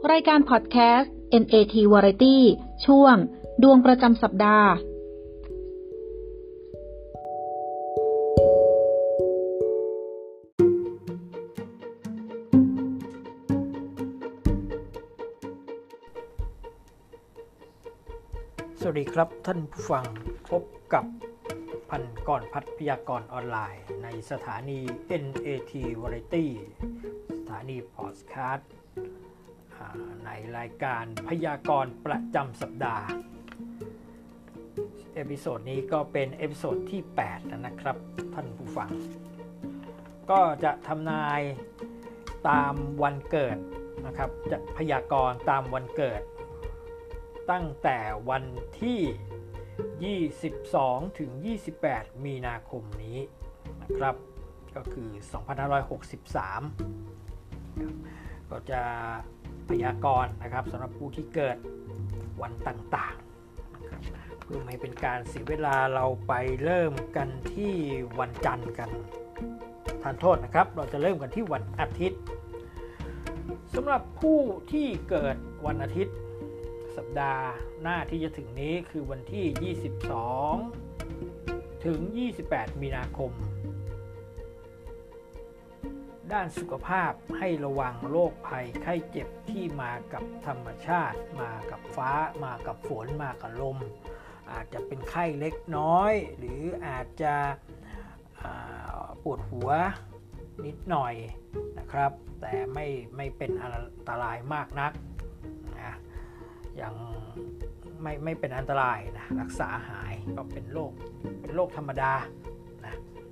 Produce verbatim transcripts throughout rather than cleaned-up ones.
รายการพอดแคสต์ เอ็น เอ ที Variety ช่วงดวงประจำสัปดาห์สวัสดีครับท่านผู้ฟังพบกับพันกรพัฒน์พยากรณ์ออนไลน์ในสถานี เอ็น เอ ที Variety สถานีพอดแคสต์ในรายการพยากรณ์ประจำสัปดาห์เอพิโซดนี้ก็เป็นเอพิโซดที่แปดแล้วนะครับท่านผู้ฟังก็จะทำนายตามวันเกิดนะครับจะพยากรณ์ตามวันเกิดตั้งแต่วันที่ยี่สิบสองถึงยี่สิบแปดมีนาคมนี้นะครับก็คือสองพันห้าร้อยหกสิบสามก็จะพยากรณ์นะครับสำหรับผู้ที่เกิดวันต่างๆนะครับเพื่อไม่เป็นการเสียเวลาเราไปเริ่มกันที่วันจันทร์กันทานโทษนะครับเราจะเริ่มกันที่วันอาทิตย์สำหรับผู้ที่เกิดวันอาทิตย์สัปดาห์หน้าที่จะถึงนี้คือวันที่ยี่สิบสองถึงยี่สิบแปดมีนาคมด้านสุขภาพให้ระวังโรคภัยไข้เจ็บที่มากับธรรมชาติมากับฟ้ามากับฝนมากับลมอาจจะเป็นไข้เล็กน้อยหรืออาจจะปวดหัวนิดหน่อยนะครับแต่ไม่ไม่เป็นอันตรายมากนักนะยังไม่ไม่เป็นอันตรายนะรักษาหายก็เป็นโรคเป็นโรคธรรมดานะ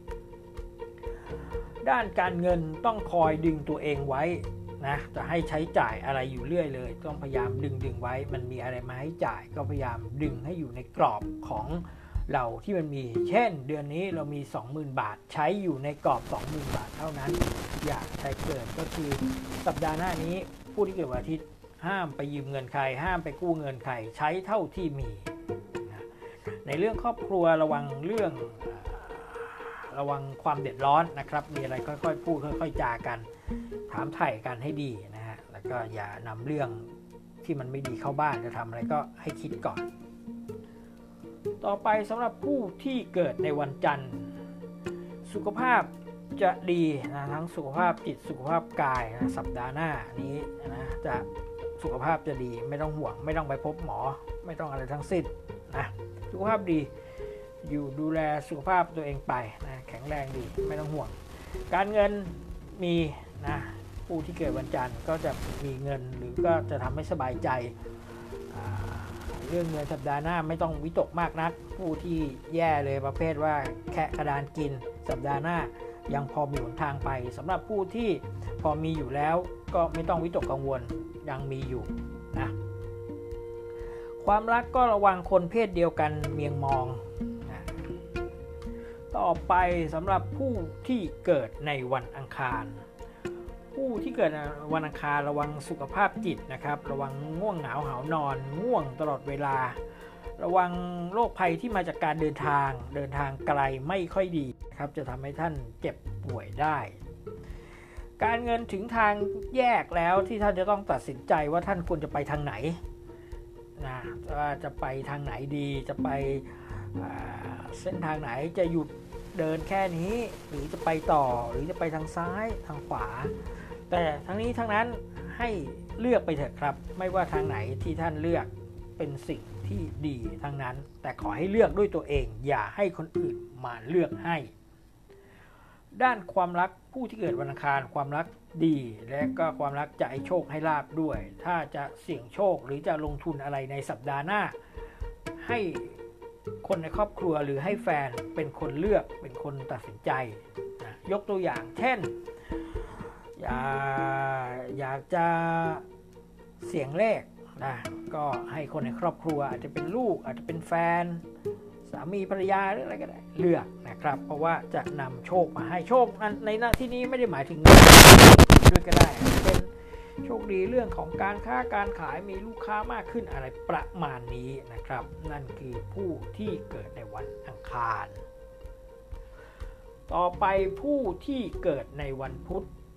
ด้านการเงินต้องคอยดึงตัวเองไว้นะจะให้ใช้จ่ายอะไรอยู่เรื่อยเลยต้องพยายามดึงดึงไว้มันมีอะไรมาให้จ่ายก็พยายามดึงให้อยู่ในกรอบของเราที่มันมีเช่นเดือนนี้เรามี สองหมื่น บาทใช้อยู่ในกรอบ สองหมื่น บาทเท่านั้นอย่าใช้เกินก็คือสัปดาห์หน้านี้ผู้ที่เกิดวันอาทิตย์ห้ามไปยืมเงินใครห้ามไปกู้เงินใครใช้เท่าที่มีนะในเรื่องครอบครัวระวังเรื่องระวังความเดือดร้อนนะครับมีอะไรค่อยๆพูดค่อยๆจากันถามไถ่กันให้ดีนะฮะแล้วก็อย่านำเรื่องที่มันไม่ดีเข้าบ้านจะทำอะไรก็ให้คิดก่อนต่อไปสำหรับผู้ที่เกิดในวันจันทร์สุขภาพจะดีนะทั้งสุขภาพจิตสุขภาพกายนะสัปดาห์หน้านี้นะจะสุขภาพจะดีไม่ต้องห่วงไม่ต้องไปพบหมอไม่ต้องอะไรทั้งสิ้นนะสุขภาพดีอยู่ดูแลสุขภาพตัวเองไปนะแข็งแรงดีไม่ต้องห่วงการเงินมีนะผู้ที่เกิดวันจันทร์ก็จะมีเงินหรือก็จะทำให้สบายใจเรื่องเงินสัปดาห์หน้าไม่ต้องวิตกมากนักผู้ที่แย่เลยประเภทว่าแค่กระดานกินสัปดาห์หน้ายังพอมีหนทางไปสำหรับผู้ที่พอมีอยู่แล้วก็ไม่ต้องวิตกกังวลยังมีอยู่นะความรักก็ระวังคนเพศเดียวกันเมียงมองนะต่อไปสำหรับผู้ที่เกิดในวันอังคารผู้ที่เกิดวันอังคารระวังสุขภาพจิตนะครับระวังง่วงเหงาหาวนอนง่วงตลอดเวลาระวังโรคภัยที่มาจากการเดินทางเดินทางไกลไม่ค่อยดีครับจะทำให้ท่านเจ็บป่วยได้การเงินถึงทางแยกแล้วที่ท่านจะต้องตัดสินใจว่าท่านควรจะไปทางไหนนะว่าจะไปทางไหนดีจะไปเส้นทางไหนจะหยุดเดินแค่นี้หรือจะไปต่อหรือจะไปทางซ้ายทางขวาแต่ทั้งนี้ทั้งนั้นให้เลือกไปเถอะครับไม่ว่าทางไหนที่ท่านเลือกเป็นสิ่งที่ดีทั้งนั้นแต่ขอให้เลือกด้วยตัวเองอย่าให้คนอื่นมาเลือกให้ด้านความรักผู้ที่เกิดวันอังคารความรักดีและก็ความรักจะให้โชคให้ลาภด้วยถ้าจะเสี่ยงโชคหรือจะลงทุนอะไรในสัปดาห์หน้าให้คนในครอบครัวหรือให้แฟนเป็นคนเลือกเป็นคนตัดสินใจนะยกตัวอย่างเช่นอยากอยากจะเสี่ยงเลขนะก็ให้คนในครอบครัวอาจจะเป็นลูกอาจจะเป็นแฟนสามีภรรยาหรืออะไรก็ได้เลือกนะครับเพราะว่าจะนำโชคมาให้โชคในหน้าที่นี้ไม่ได้หมายถึงด้วยก็ได้เป็นโชคดีเรื่องของการค้าการขายมีลูกค้ามากขึ้นอะไรประมาณนี้นะครับนั่นคือผู้ที่เกิดในวันอังคารต่อไปผู้ที่เกิดในวันพุธ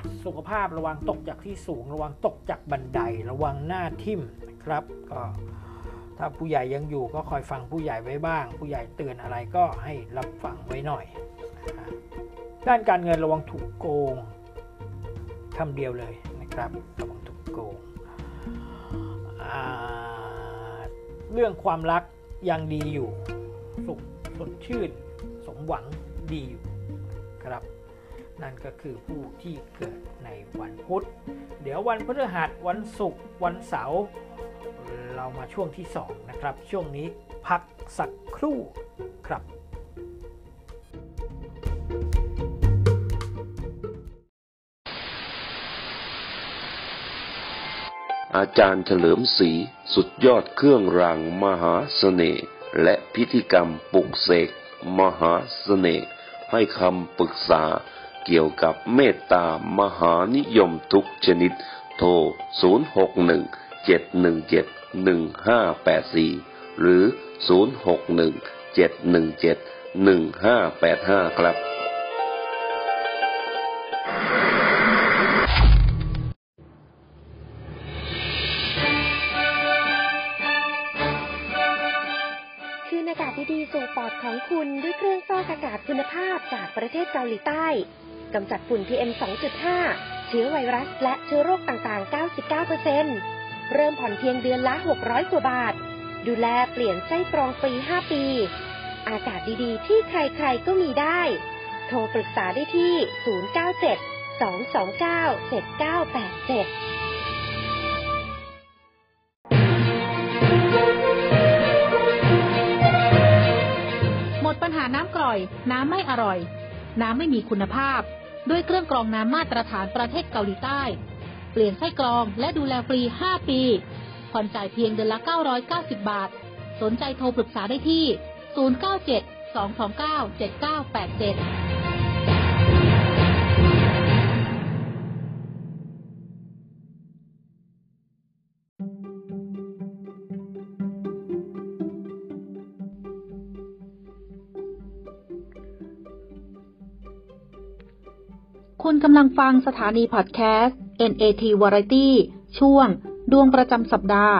สุขภาพระวังตกจากที่สูงระวังตกจากบันไดระวังหน้าทิ่มนะครับก็ถ้าผู้ใหญ่ยังอยู่ก็คอยฟังผู้ใหญ่ไว้บ้างผู้ใหญ่เตือนอะไรก็ให้รับฟังไว้หน่อยด้านการเงินระวังถูกโกงคำเดียวเลยนะครับระวังถูกโกงเรื่องความรักยังดีอยู่สุขสดชื่นสมหวังดีอยู่ครับนั่นก็คือผู้ที่เกิดในวันพุธเดี๋ยววันพฤหัสวันศุกร์วันเสาร์เรามาช่วงที่สองนะครับช่วงนี้พักสักครู่ครับอาจารย์เฉลิมศรีสุดยอดเครื่องรางมหาเสน่ห์และพิธีกรรมปลุกเสกมหาเสน่ห์ให้คำปรึกษาเกี่ยวกับเมตตามหานิยมทุกชนิดโทรศูนย์ หก หนึ่ง เจ็ด หนึ่ง เจ็ด หนึ่ง ห้า แปด สี่หรือศูนย์ หก หนึ่ง เจ็ด หนึ่ง เจ็ด หนึ่ง ห้า แปด ห้าครับอากาศดีๆสู่ปอดของคุณด้วยเครื่องฟอกอากาศคุณภาพจากประเทศเกาหลีใต้กำจัดฝุ่น พี เอ็ม สองจุดห้า เชื้อไวรัสและเชื้อโรคต่างๆ เก้าสิบเก้าเปอร์เซ็นต์ เริ่มผ่อนเพียงเดือนละหกร้อยกว่าบาทดูแลเปลี่ยนไส้กรองฟรีห้าปีอากาศดีๆที่ใครๆก็มีได้โทรปรึกษาได้ที่ศูนย์ เก้า เจ็ด สอง สอง เก้า เจ็ด เก้า แปด เจ็ดปัญหาน้ำกร่อยน้ำไม่อร่อยน้ำไม่มีคุณภาพด้วยเครื่องกรองน้ำมาตรฐานประเทศเกาหลีใต้เปลี่ยนไส้กรองและดูแลฟรีห้าปีผ่อนจ่ายเพียงเดือนละเก้าร้อยเก้าสิบบาทสนใจโทรปรึกษาได้ที่ศูนย์ เก้า เจ็ด สอง สอง เก้า เจ็ด เก้า แปด เจ็ดคุณกำลังฟังสถานีพอดแคสต์ เอ็น เอ ที Variety ช่วงดวงประจำสัปดาห์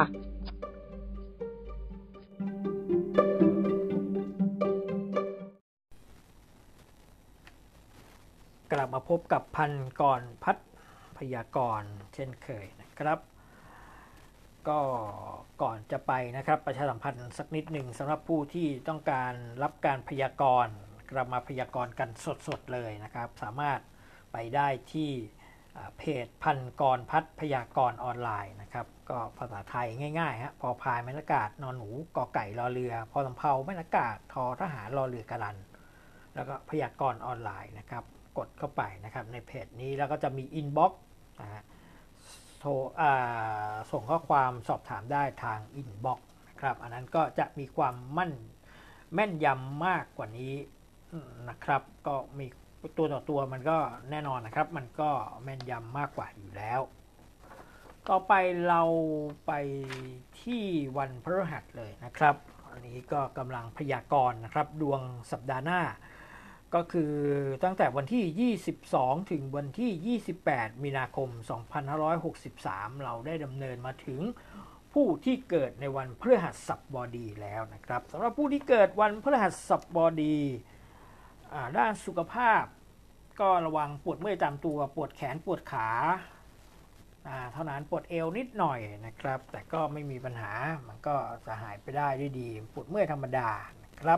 กลับมาพบกับพันกรพัฒน์พยากรณ์เช่นเคยนะครับก็ก่อนจะไปนะครับประชาสัมพันธ์สักนิดหนึ่งสำหรับผู้ที่ต้องการรับการพยากรณ์กลับมาพยากรณ์กันสดๆเลยนะครับสามารถไปได้ที่เพจพันกรพัฒน์พยากรณ์ออนไลน์นะครับก็ภาษาไทยง่ายๆฮะพอพายไม้นากาศนอนหนูกอไก่รอเรือพอสำเภาไม้นากาศทอทหารรอเรือกะลันแล้วก็พยากรณ์ออนไลน์นะครับกดเข้าไปนะครับในเพจนี้แล้วก็จะมีอินบ็อกซ์นะฮะโทรส่งข้อความสอบถามได้ทางอินบ็อกซ์นะครับอันนั้นก็จะมีความมั่นแม่นยำมากกว่านี้นะครับก็มีตัวต่อตัวมันก็แน่นอนนะครับมันก็แม่นยำมากกว่าอยู่แล้วต่อไปเราไปที่วันพฤหัสเลยนะครับอันนี้ก็กำลังพยากรณ์นะครับดวงสัปดาห์หน้าก็คือตั้งแต่วันที่ยี่สิบสองถึงวันที่ยี่สิบแปดมีนาคมสองพันห้าร้อยหกสิบสามเราได้ดำเนินมาถึงผู้ที่เกิดในวันพฤหัสบดีแล้วนะครับสำหรับผู้ที่เกิดวันพฤหัสบดีด้านสุขภาพก็ระวังปวดเมื่อยตามตัวปวดแขนปวดขาเท่านั้นปวดเอวนิดหน่อยนะครับแต่ก็ไม่มีปัญหามันก็จะหายไปได้ด้วยดีปวดเมื่อยธรรมดานะครับ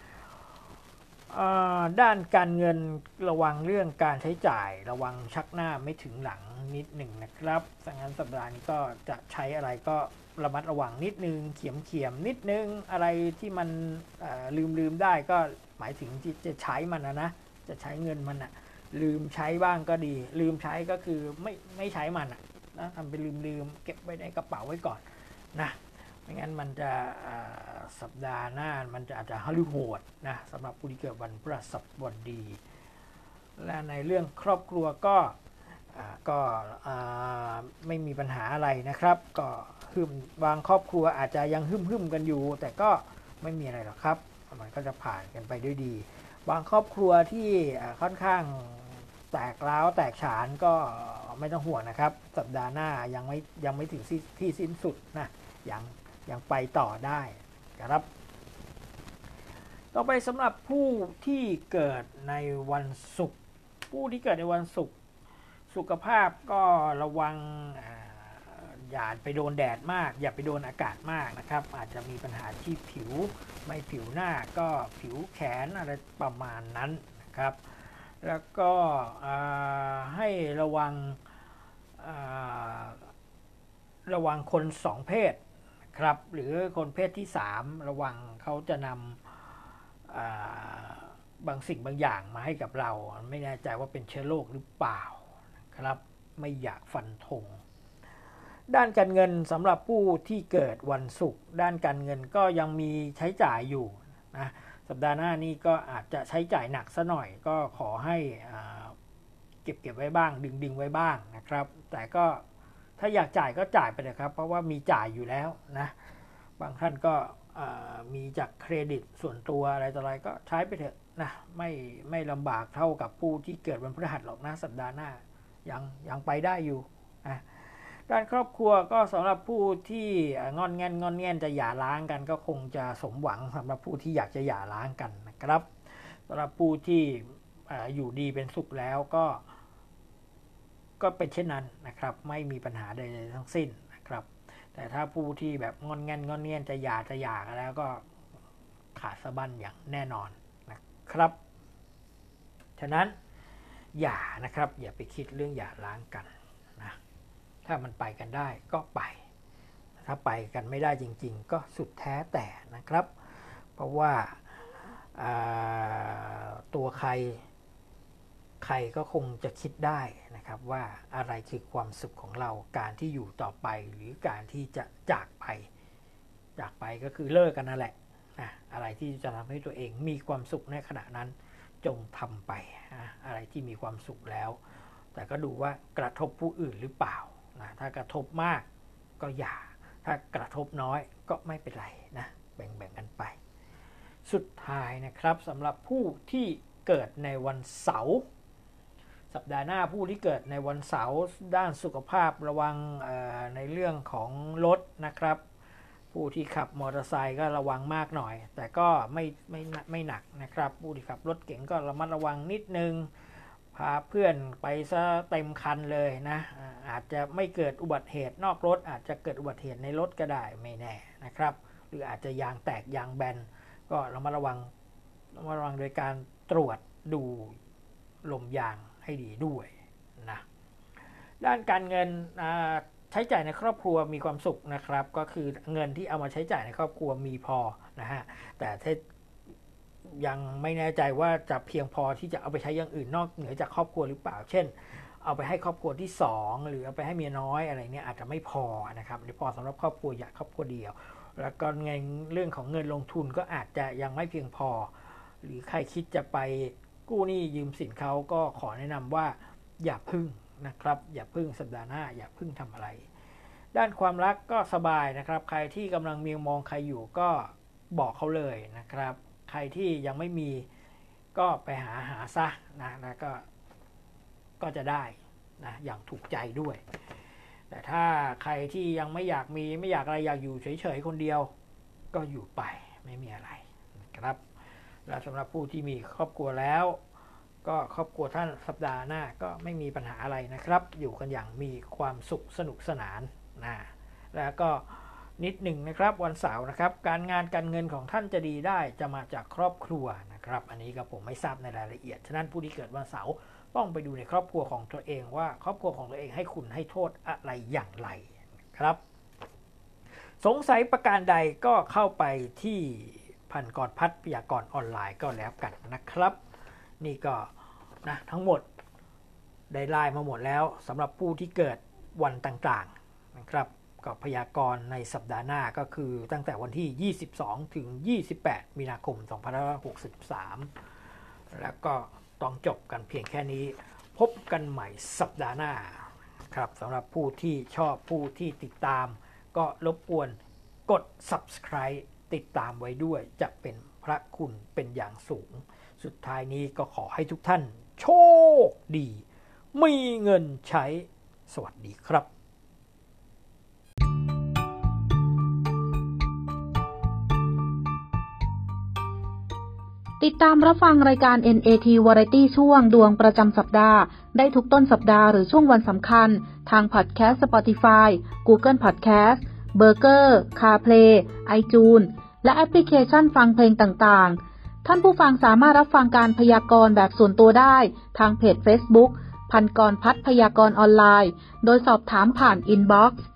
ด้านการเงินระวังเรื่องการใช้จ่ายระวังชักหน้าไม่ถึงหลังนิดหนึ่งนะครับดังนั้นสัปดาห์นี้ก็จะใช้อะไรก็ระมัดระวังนิดนึงเขียมเขียมนิดนึงอะไรที่มันลืมลืมได้ก็หมายถึงที่จะใช้มันนะนะจะใช้เงินมันนะลืมใช้บ้างก็ดีลืมใช้ก็คือไม่ไม่ใช้มันนะนะทำเป็นลืมลืมเก็บไว้ในกระเป๋าไว้ก่อนนะไม่งั้นมันจะสัปดาห์หน้ามันจะอาจจะฮาลือโหดนะสำหรับผู้ที่เกิดวันพฤหัสบดีและในเรื่องครอบครัวก็ก็ไม่มีปัญหาอะไรนะครับก็หึมบางครอบครัวอาจจะยังหึมหึมกันอยู่แต่ก็ไม่มีอะไรหรอกครับมันก็จะผ่านกันไปด้วยดีบางครอบครัวที่ค่อนข้างแตกร้าวแตกฉานก็ไม่ต้องห่วงนะครับสัปดาห์หน้ายังไม่ยังไม่ถึงที่สิ้นสุดนะยังยังไปต่อได้ครับต่อไปสำหรับผู้ที่เกิดในวันศุกร์ผู้ที่เกิดในวันศุกร์สุขภาพก็ระวังอย่าไปโดนแดดมากอย่าไปโดนอากาศมากนะครับอาจจะมีปัญหาที่ผิวไม่ผิวหน้าก็ผิวแขนอะไรประมาณนั้นนะครับแล้วก็ให้ระวังระวังคนสองเพศครับหรือคนเพศที่สามระวังเขาจะนำบางสิ่งบางอย่างมาให้กับเราไม่แน่ใจว่าเป็นเชื้อโรคหรือเปล่าครับไม่อยากฟันธงด้านการเงินสำหรับผู้ที่เกิดวันศุกร์ด้านการเงินก็ยังมีใช้จ่ายอยู่นะสัปดาห์หน้านี้ก็อาจจะใช้จ่ายหนักซะหน่อยก็ขอให้เก็บเก็บไว้บ้างดึงดึงไว้บ้างนะครับแต่ก็ถ้าอยากจ่ายก็จ่ายไปเลยครับเพราะว่ามีจ่ายอยู่แล้วนะบางท่านก็มีจากเครดิตส่วนตัวอะไรต่ออะไรก็ใช้ไปเถอะนะไม่ไม่ลำบากเท่ากับผู้ที่เกิดวันพฤหัสหรอกนะสัปดาห์หน้ายังยังไปได้อยู่นะด้านครอบครัวก็สำหรับผู้ที่งอนแงนงอนแงนจะหย่าร้างกันก็คงจะสมหวังสำหรับผู้ที่อยากจะหย่าร้างกันนะครับสำหรับผู้ที่อยู่ดีเป็นสุขแล้วก็ก็เป็นเช่นนั้นนะครับไม่มีปัญหาใดๆทั้งสิ้นนะครับแต่ถ้าผู้ที่แบบงอนแงนงอนแงนจะหย่าจะหย่ากันแล้วก็ขาดสะบั้นอย่างแน่นอนนะครับฉะนั้นอย่านะครับอย่าไปคิดเรื่องหย่าร้างกันนะถ้ามันไปกันได้ก็ไปถ้าไปกันไม่ได้จริงๆก็สุดแท้แต่นะครับเพราะว่าตัวใครใครก็คงจะคิดได้นะครับว่าอะไรคือความสุขของเราการที่อยู่ต่อไปหรือการที่จะจากไปจากไปก็คือเลิกกันนั่นแหละนะอะไรที่จะทำให้ตัวเองมีความสุขในขณะนั้นจงทำไปนะอะไรที่มีความสุขแล้วแต่ก็ดูว่ากระทบผู้อื่นหรือเปล่านะถ้ากระทบมากก็อย่าถ้ากระทบน้อยก็ไม่เป็นไรนะแบ่งๆกันไปสุดท้ายนะครับสำหรับผู้ที่เกิดในวันเสาร์สัปดาห์หน้าผู้ที่เกิดในวันเสาร์ด้านสุขภาพระวังในเรื่องของรถนะครับผู้ที่ขับมอเตอร์ไซค์ก็ระวังมากหน่อยแต่ก็ไม่ไม่ไม่หนักนะครับผู้ที่ขับรถเก๋งก็ระมัดระวังนิดนึงพาเพื่อนไปซะเต็มคันเลยนะอาจจะไม่เกิดอุบัติเหตุนอกรถอาจจะเกิดอุบัติเหตุในรถก็ได้ไม่แน่นะครับหรืออาจจะยางแตกยางแบนก็ระมัดระวังระมัดระวังโดยการตรวจดูลมยางให้ดีด้วยนะด้านการเงินใช้จ่ายในครอบครัวมีความสุขนะครับก็คือเงินที่เอามาใช้จ่ายในครอบครัวมีพอนะฮะแต่ถ้ายังไม่แน่ใจว่าจะเพียงพอที่จะเอาไปใช้อย่างอื่นนอกเหนือจากครอบครัวหรือเปล่าเช่นเอาไปให้ครอบครัวที่สองหรือเอาไปให้เมียน้อยอะไรเนี่ยอาจจะไม่พอนะครับหรือพอสำหรับครอบครัวอยากครอบครัวเดียวแล้วก็เงินเรื่องของเงินลงทุนก็อาจจะยังไม่เพียงพอหรือใครคิดจะไปกู้หนี้ยืมสินเขาก็ขอแนะนำว่าอย่าพึ่งนะครับอย่าพึ่งสัปดาห์หน้าอย่าพึ่งทำอะไรด้านความรักก็สบายนะครับใครที่กำลังมีมองใครอยู่ก็บอกเขาเลยนะครับใครที่ยังไม่มีก็ไปหาหาซะนะแล้วก็ก็จะได้นะอย่างถูกใจด้วยแต่ถ้าใครที่ยังไม่อยากมีไม่อยากอะไรอยากอยู่เฉยๆคนเดียวก็อยู่ไปไม่มีอะไรนะครับและสำหรับผู้ที่มีครอบครัวแล้วก็ครอบครัวท่านสัปดาห์หน้าก็ไม่มีปัญหาอะไรนะครับอยู่กันอย่างมีความสุขสนุกสนานนะแล้วก็นิดหนึ่งนะครับวันเสาร์นะครับการงานการเงินของท่านจะดีได้จะมาจากครอบครัวนะครับอันนี้ก็ผมไม่ทราบในรายละเอียดฉะนั้นผู้ที่เกิดวันเสาร์ต้องไปดูในครอบครัวของตัวเองว่าครอบครัวของตัวเองให้คุณให้โทษอะไรอย่างไรครับสงสัยประการใดก็เข้าไปที่พันกรพัฒน์พยากรณ์ออนไลน์ก็แล้วกันนะครับนี่ก็นะทั้งหมดได้ไล่มาหมดแล้วสำหรับผู้ที่เกิดวันต่างๆนะครับก็พยากรณ์ในสัปดาห์หน้าก็คือตั้งแต่วันที่ยี่สิบสองถึงยี่สิบแปดมีนาคมสองพันห้าร้อยหกสิบสามแล้วก็ต้องจบกันเพียงแค่นี้พบกันใหม่สัปดาห์หน้าครับสำหรับผู้ที่ชอบผู้ที่ติดตามก็รบกวนกด ซับสไครบ์ ติดตามไว้ด้วยจะเป็นพระคุณเป็นอย่างสูงสุดท้ายนี้ก็ขอให้ทุกท่านโชคดีมีเงินใช้สวัสดีครับติดตามรับฟังรายการ เอ็น เอ ที Variety ช่วงดวงประจำสัปดาห์ได้ทุกต้นสัปดาห์หรือช่วงวันสำคัญทางพอดแคสต์ Spotify Google Podcast Breaker CarPlay iTunes และแอปพลิเคชันฟังเพลงต่างๆท่านผู้ฟังสามารถรับฟังการพยากรณ์แบบส่วนตัวได้ทางเพจ Facebook พันกรพัฒน์พยากรณ์ออนไลน์โดยสอบถามผ่านอินบ็อกซ์